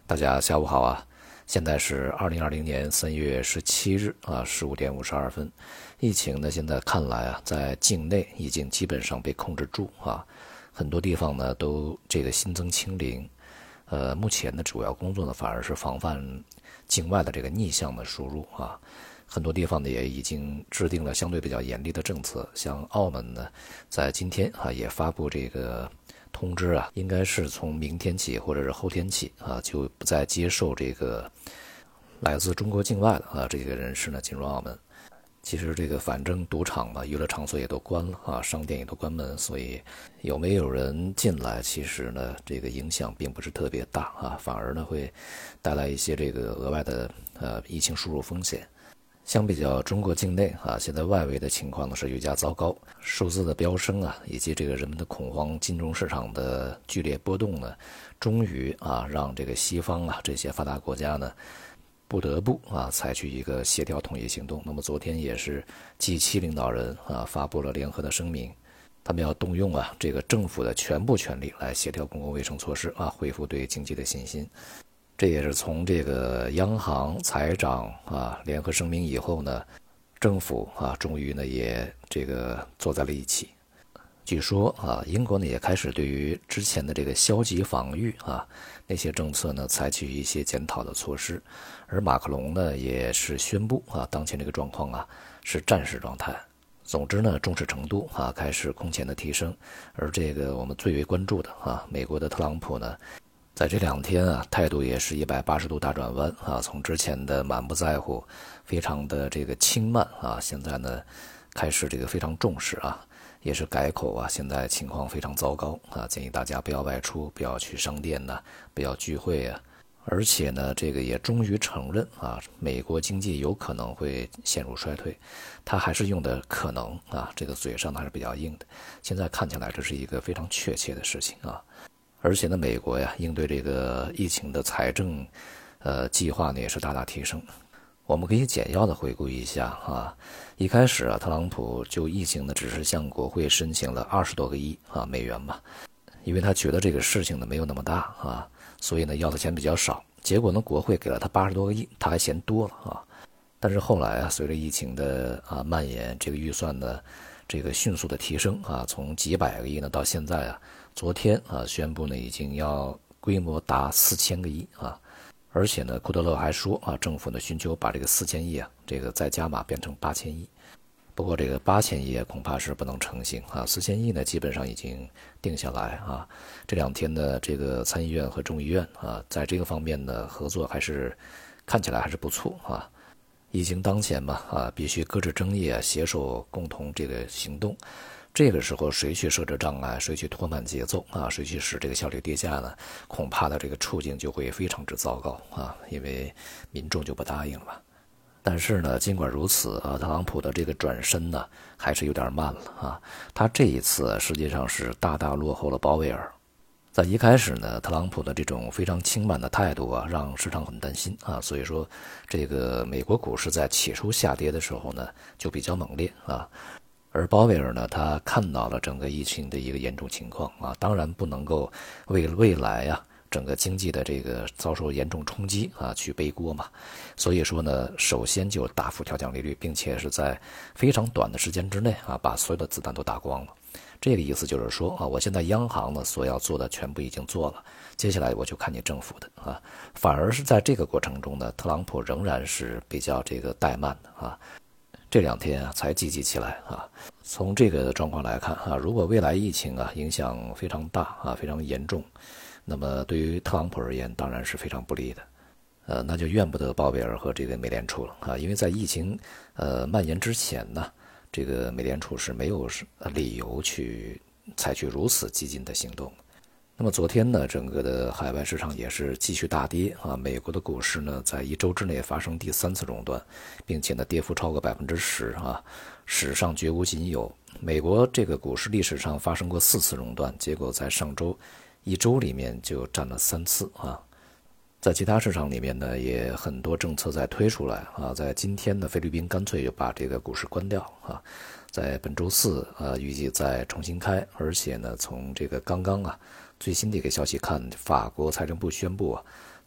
大家下午好啊！现在是2020年3月17日啊，15点52分。疫情呢，现在看来啊，在境内已经基本上被控制住啊，很多地方呢都这个新增清零。目前的主要工作呢，反而是防范境外的这个逆向的输入啊。很多地方呢也已经制定了相对比较严厉的政策，像澳门呢，在今天啊也发布这个通知啊，应该是从明天起或者是后天起啊，就不再接受这个来自中国境外的这个人士呢进入澳门。其实这个反正赌场嘛，娱乐场所也都关了啊，商店也都关门，所以有没有人进来，其实呢这个影响并不是特别大啊，反而呢会带来一些这个额外的疫情输入风险。相比较中国境内啊，现在外围的情况呢是愈加糟糕，数字的飙升啊，以及这个人们的恐慌，金融市场的剧烈波动呢，终于啊让这个西方啊这些发达国家呢不得不啊采取一个协调统一行动。那么昨天也是 G7 领导人啊发布了联合的声明，他们要动用啊这个政府的全部权力来协调公共卫生措施啊，恢复对经济的信心。这也是从这个央行、财长啊联合声明以后呢，政府啊终于呢也这个坐在了一起。据说啊，英国呢也开始对于之前的这个消极防御啊那些政策呢采取一些检讨的措施，而马克龙呢也是宣布啊，当前这个状况啊是战时状态。总之呢，重视程度啊开始空前的提升，而这个我们最为关注的啊，美国的特朗普呢，在这2天啊，态度也是180度大转弯啊，从之前的满不在乎，非常的这个轻慢啊，现在呢开始这个非常重视啊，也是改口啊，现在情况非常糟糕啊，建议大家不要外出，不要去商店呢，不要聚会啊，而且呢，这个也终于承认啊，美国经济有可能会陷入衰退，他还是用的可能啊，这个嘴上还是比较硬的，现在看起来这是一个非常确切的事情啊。而且呢，美国呀应对这个疫情的财政计划呢也是大大提升。我们可以简要的回顾一下啊，一开始啊，特朗普就疫情呢只是向国会申请了20多个亿啊美元嘛，因为他觉得这个事情呢没有那么大啊，所以呢要的钱比较少。结果呢，国会给了他80多个亿，他还嫌多了啊。但是后来啊，随着疫情的蔓延，这个预算呢这个迅速的提升啊，从几百个亿呢到现在啊，昨天啊宣布呢已经要规模达4000个亿啊，而且呢库德勒还说啊，政府呢寻求把这个4000亿啊这个再加码变成8000亿。不过这个8000亿恐怕是不能成行啊，4000亿呢基本上已经定下来啊。这2天的这个参议院和众议院啊，在这个方面的合作还是看起来还是不错啊。疫情当前嘛啊，必须搁置争议啊，携手共同这个行动。这个时候谁去设置障碍，谁去拖慢节奏啊，谁去使这个效率跌下呢，恐怕的这个处境就会非常之糟糕啊，因为民众就不答应了嘛。但是呢，尽管如此啊，特朗普的这个转身呢还是有点慢了啊。他这一次实际上是大大落后了鲍威尔。在一开始呢，特朗普的这种非常轻慢的态度啊，让市场很担心啊，所以说这个美国股市在起初下跌的时候呢，就比较猛烈啊。而鲍威尔呢，他看到了整个疫情的一个严重情况啊，当然不能够为未来啊整个经济的这个遭受严重冲击啊去背锅嘛。所以说呢，首先就大幅调降利率，并且是在非常短的时间之内啊，把所有的子弹都打光了。这个意思就是说啊，我现在央行呢所要做的全部已经做了，接下来我就看你政府的啊。反而是在这个过程中呢，特朗普仍然是比较这个怠慢的啊。这2天啊才积极起来啊。从这个状况来看啊，如果未来疫情啊影响非常大啊，非常严重，那么对于特朗普而言当然是非常不利的。那就怨不得鲍威尔和这个美联储了啊，因为在疫情蔓延之前呢，这个美联储是没有理由去采取如此激进的行动。那么昨天呢，整个的海外市场也是继续大跌啊。美国的股市呢，在1周之内发生第3次熔断，并且呢，跌幅超过10%啊，史上绝无仅有。美国这个股市历史上发生过4次熔断，结果在上周1周里面就占了3次啊。在其他市场里面呢，也很多政策在推出来啊。在今天呢，菲律宾干脆就把这个股市关掉啊。在本周4预计再重新开，而且呢，从这个刚刚最新的一个消息看，法国财政部宣布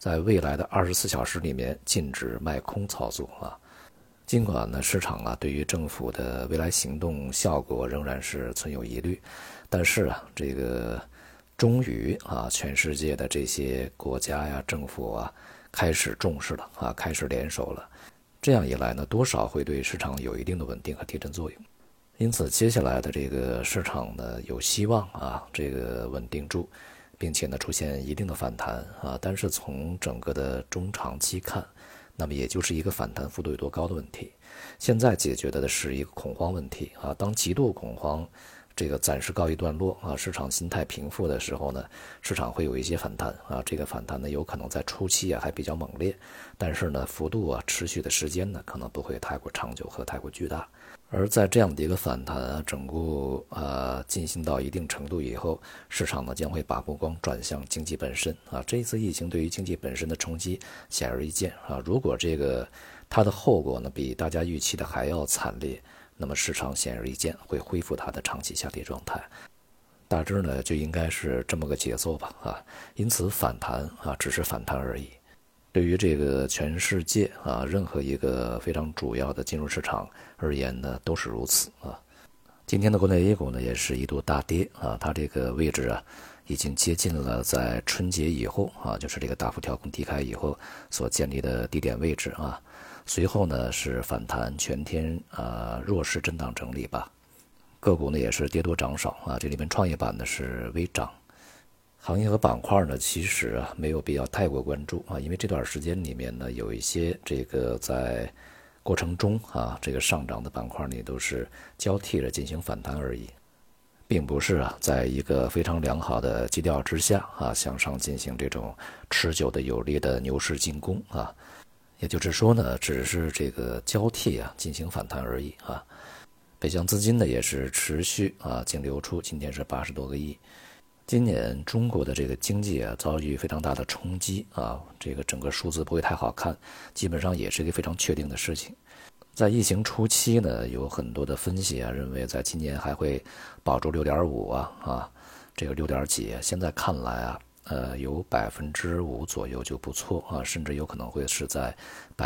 在未来的24小时里面禁止卖空操作啊。尽管呢，市场对于政府的未来行动效果仍然是存有疑虑，但是这个终于全世界的这些国家呀、政府开始重视了开始联手了。这样一来呢，多少会对市场有一定的稳定和提振作用。因此，接下来的这个市场呢，有希望这个稳定住，并且呢出现一定的反弹但是从整个的中长期看，那么也就是一个反弹幅度有多高的问题。现在解决的是一个恐慌问题当极度恐慌这个暂时告一段落市场心态平复的时候呢，市场会有一些反弹这个反弹呢有可能在初期还比较猛烈，但是呢幅度持续的时间呢可能不会太过长久和太过巨大。而在这样的一个反弹整个进行到一定程度以后，市场呢将会把目光转向经济本身这一次疫情对于经济本身的冲击显而易见如果这个它的后果呢比大家预期的还要惨烈，那么市场显而易见会恢复它的长期下跌状态。大致呢就应该是这么个节奏吧因此反弹只是反弹而已。对于这个全世界任何一个非常主要的金融市场而言呢都是如此今天的国内 A 股呢也是一度大跌它这个位置已经接近了在春节以后就是这个大幅跳空低开以后所建立的低点位置随后呢是反弹，全天弱势震荡整理吧。个股呢也是跌多涨少这里面创业板呢是微涨。行业和板块呢其实没有必要太过关注因为这段时间里面呢有一些这个在过程中这个上涨的板块呢都是交替着进行反弹而已，并不是在一个非常良好的基调之下向上进行这种持久的有力的牛市进攻也就是说呢只是这个交替进行反弹而已北向资金呢也是持续净流出，今天是80多个亿。今年中国的这个经济遭遇非常大的冲击这个整个数字不会太好看，基本上也是一个非常确定的事情。在疫情初期呢，有很多的分析认为在今年还会保住6.5这个6点几，现在看来有5%左右就不错甚至有可能会是在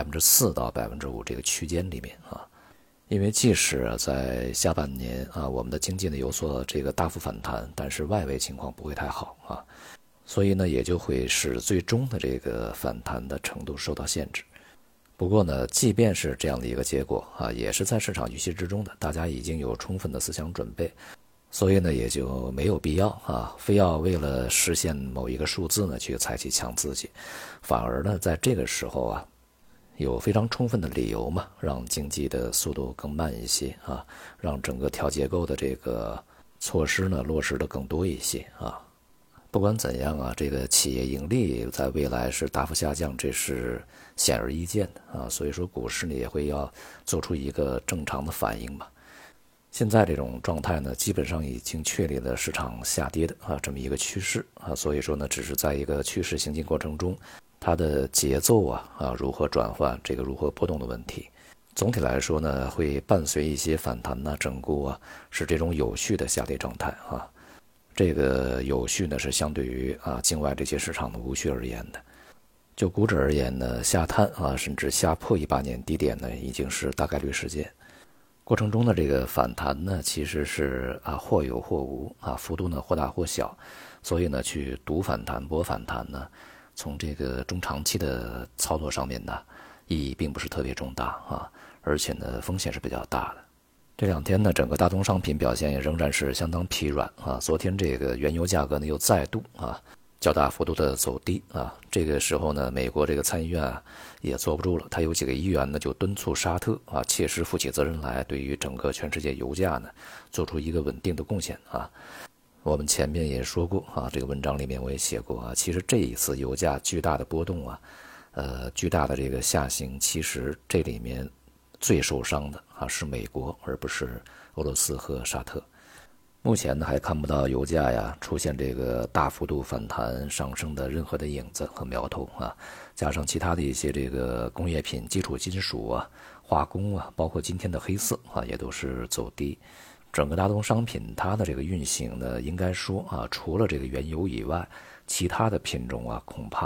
4%到5%这个区间里面因为即使在下半年我们的经济呢有所这个大幅反弹，但是外围情况不会太好所以呢也就会使最终的这个反弹的程度受到限制。不过呢即便是这样的一个结果也是在市场预期之中的，大家已经有充分的思想准备，所以呢也就没有必要非要为了实现某一个数字呢去采取强刺激，反而呢在这个时候有非常充分的理由嘛，让经济的速度更慢一些让整个调结构的这个措施呢落实的更多一些不管怎样这个企业盈利在未来是大幅下降，这是显而易见的所以说股市呢也会要做出一个正常的反应嘛。现在这种状态呢基本上已经确立了市场下跌的这么一个趋势所以说呢只是在一个趋势行进过程中它的节奏如何转换，这个如何波动的问题。总体来说呢会伴随一些反弹整固是这种有序的下跌状态这个有序呢是相对于境外这些市场的无序而言的。就股指而言呢，下探甚至下破18年低点呢已经是大概率事件。过程中的这个反弹呢其实是或有或无幅度呢或大或小，所以呢去赌反弹博反弹呢从这个中长期的操作上面呢意义并不是特别重大而且呢风险是比较大的。这两天呢整个大宗商品表现也仍然是相当疲软昨天这个原油价格呢又再度较大幅度的走低这个时候呢美国这个参议院也坐不住了，他有几个议员呢就敦促沙特切实负起责任来，对于整个全世界油价呢做出一个稳定的贡献我们前面也说过这个文章里面我也写过其实这一次油价巨大的波动巨大的这个下行，其实这里面最受伤的是美国，而不是俄罗斯和沙特。目前呢还看不到油价出现这个大幅度反弹上升的任何的影子和苗头加上其他的一些这个工业品、基础金属化工包括今天的黑色也都是走低。整个大宗商品它的这个运行呢，应该说除了这个原油以外，其他的品种恐怕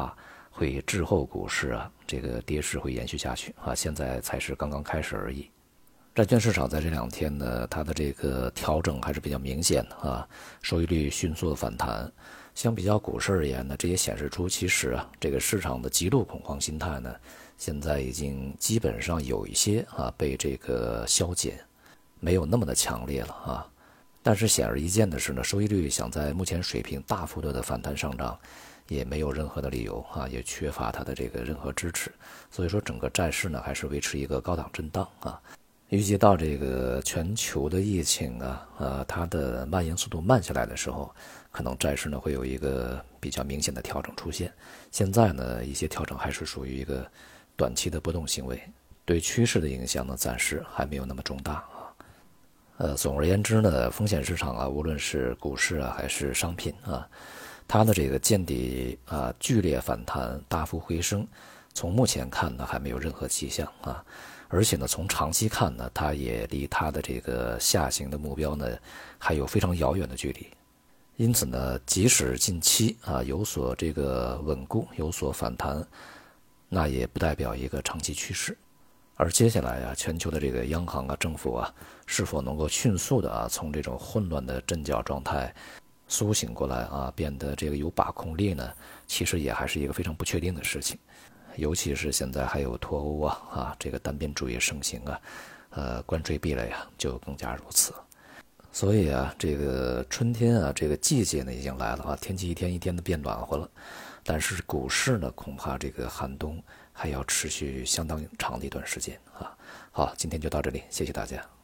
会滞后股市啊这个跌势会延续下去啊，现在才是刚刚开始而已。债券市场在这2天呢，它的这个调整还是比较明显的啊，收益率迅速的反弹。相比较股市而言呢，这也显示出其实啊，这个市场的极度恐慌心态呢，现在已经基本上有一些被这个消减，没有那么的强烈了啊。但是显而易见的是呢，收益率想在目前水平大幅度的反弹上涨，也没有任何的理由啊，也缺乏它的这个任何支持。所以说整个债市呢，还是维持一个高档震荡啊。预计到这个全球的疫情它的蔓延速度慢下来的时候，可能债市呢会有一个比较明显的调整出现。现在呢，一些调整还是属于一个短期的波动行为，对趋势的影响呢暂时还没有那么重大啊。总而言之呢，风险市场啊，无论是股市啊还是商品啊，它的这个见底剧烈反弹、大幅回升，从目前看呢还没有任何迹象啊。而且呢，从长期看呢，它也离它的这个下行的目标呢还有非常遥远的距离。因此呢，即使近期有所这个稳固，有所反弹，那也不代表一个长期趋势。而接下来全球的这个央行政府是否能够迅速的从这种混乱的阵脚状态苏醒过来变得这个有把控力呢，其实也还是一个非常不确定的事情。尤其是现在还有脱欧这个单边主义盛行关税壁垒就更加如此。所以这个春天这个季节呢已经来了天气一天一天的变暖和了，但是股市呢恐怕这个寒冬还要持续相当长的一段时间好，今天就到这里，谢谢大家。